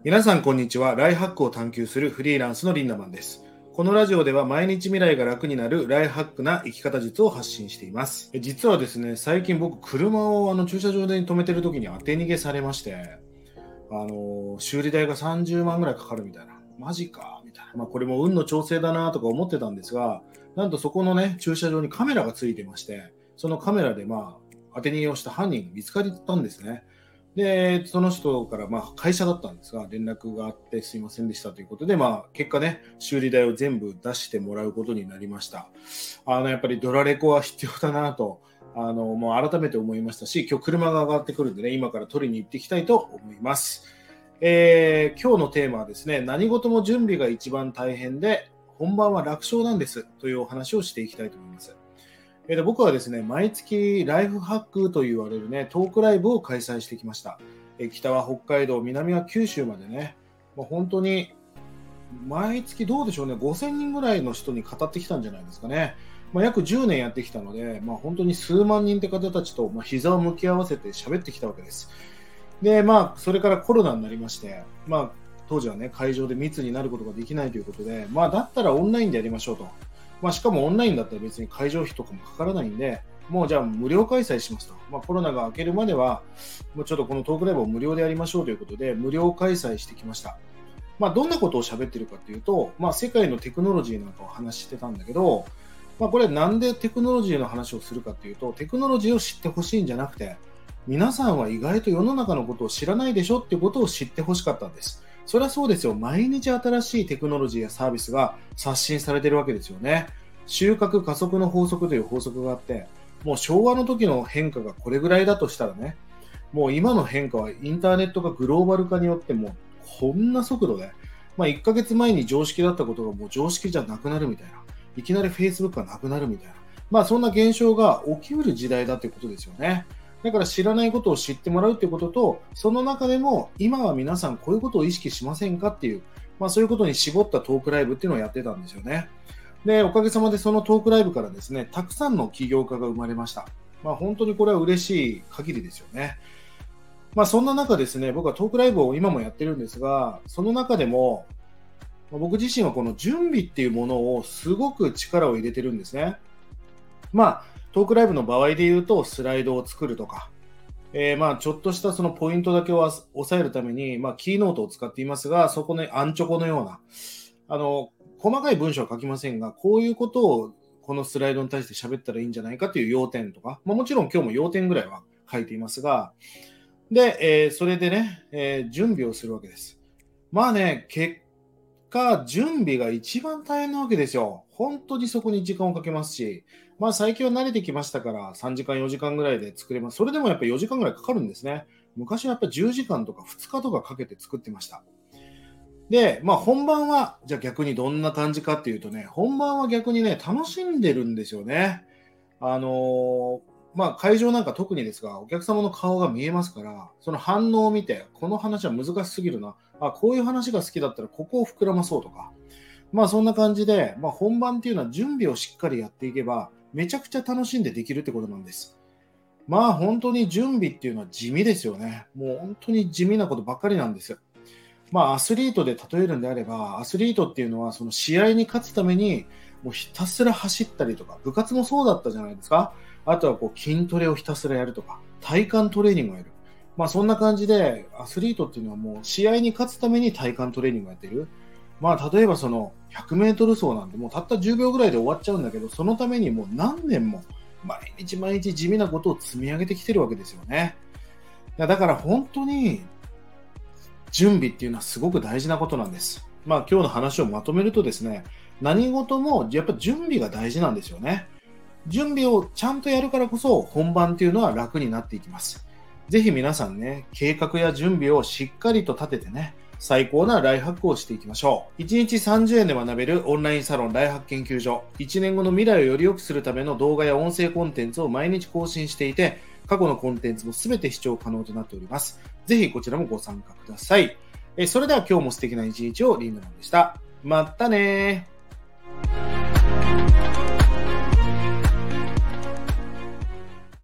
皆さんこんにちは。ライフハックを探求するフリーランスのリンダマンです。このラジオでは毎日未来が楽になるライフハックな生き方術を発信しています。実はですね、最近僕車を駐車場に止めてる時に当て逃げされまして、修理代が30万ぐらいかかるみたいな。マジかみたいな。これも運の調整だなとか思ってたんですが、なんとそこのね、駐車場にカメラがついてまして、そのカメラで当て逃げをした犯人が見つかったんですね。で、その人から会社だったんですが、連絡があってすいませんでしたということで、結果ね、修理代を全部出してもらうことになりました。やっぱりドラレコは必要だなと、もう改めて思いましたし、今日車が上がってくるんでね、今から取りに行っていきたいと思います。今日のテーマはですね、何事も準備が一番大変で、本番は楽勝なんですというお話をしていきたいと思います。僕はですね、毎月ライフハックと言われるね、トークライブを開催してきました。北は北海道、南は九州までね、本当に毎月どうでしょうね、5000人ぐらいの人に語ってきたんじゃないですかね。約10年やってきたので、本当に数万人って方たちと、膝を向き合わせて喋ってきたわけです。で、それからコロナになりまして、当時はね、会場で密になることができないということで、だったらオンラインでやりましょうと。しかもオンラインだったら別に会場費とかもかからないんで、もうじゃあ無料開催しますと。コロナが明けるまでは、もうちょっとこのトークライブを無料でやりましょうということで、無料開催してきました。どんなことを喋ってるかというと、世界のテクノロジーなんかを話してたんだけど、これなんでテクノロジーの話をするかというと、テクノロジーを知ってほしいんじゃなくて、皆さんは意外と世の中のことを知らないでしょっていうことを知ってほしかったんです。それはそうですよ。毎日新しいテクノロジーやサービスが刷新されているわけですよね。収穫加速の法則という法則があって、もう昭和の時の変化がこれぐらいだとしたらね、もう今の変化はインターネットがグローバル化によってもうこんな速度で、1ヶ月前に常識だったことがもう常識じゃなくなるみたいな。いきなり Facebook がなくなるみたいな。そんな現象が起きうる時代だということですよね。だから知らないことを知ってもらうということと、その中でも今は皆さんこういうことを意識しませんかっていう、そういうことに絞ったトークライブっていうのをやってたんですよね。で、おかげさまでそのトークライブからですね、たくさんの起業家が生まれました。本当にこれは嬉しい限りですよね。そんな中ですね、僕はトークライブを今もやってるんですが、その中でも、僕自身はこの準備っていうものをすごく力を入れてるんですね。トークライブの場合で言うと、スライドを作るとか、ちょっとしたそのポイントだけを押さえるために、キーノートを使っていますが、そこのアンチョコのような、細かい文章は書きませんが、こういうことをこのスライドに対して喋ったらいいんじゃないかという要点とか、もちろん今日も要点ぐらいは書いていますが、で、それでね、準備をするわけです。結果、準備が一番大変なわけですよ。本当にそこに時間をかけますし、最近は慣れてきましたから3時間4時間ぐらいで作れます。それでもやっぱり4時間ぐらいかかるんですね。昔はやっぱり10時間とか2日とかかけて作ってました。で、本番は、じゃあ逆にどんな感じかっていうとね、本番は逆にね、楽しんでるんですよね。会場なんか特にですが、お客様の顔が見えますから、その反応を見て、この話は難しすぎるな。こういう話が好きだったらここを膨らまそうとか。そんな感じで、本番っていうのは準備をしっかりやっていけば、めちゃくちゃ楽しんでできるってことなんです。本当に準備っていうのは地味ですよね。もう本当に地味なことばっかりなんです。アスリートで例えるんであれば、アスリートっていうのはその試合に勝つためにもうひたすら走ったりとか、部活もそうだったじゃないですか。あとは筋トレをひたすらやるとか、体幹トレーニングをやる。そんな感じで、アスリートっていうのはもう試合に勝つために体幹トレーニングをやっている。例えばその100メートル走なんてもうたった10秒ぐらいで終わっちゃうんだけど、そのためにもう何年も毎日毎日地味なことを積み上げてきてるわけですよね。だから本当に準備っていうのはすごく大事なことなんです。今日の話をまとめるとですね、何事もやっぱ準備が大事なんですよね。準備をちゃんとやるからこそ本番っていうのは楽になっていきます。ぜひ皆さんね、計画や準備をしっかりと立ててね、最高なライフハックをしていきましょう。1日30円で学べるオンラインサロンライフハック研究所。1年後の未来をより良くするための動画や音声コンテンツを毎日更新していて、過去のコンテンツもすべて視聴可能となっております。ぜひこちらもご参加ください。それでは今日も素敵な一日をリンダマンでした。またねー。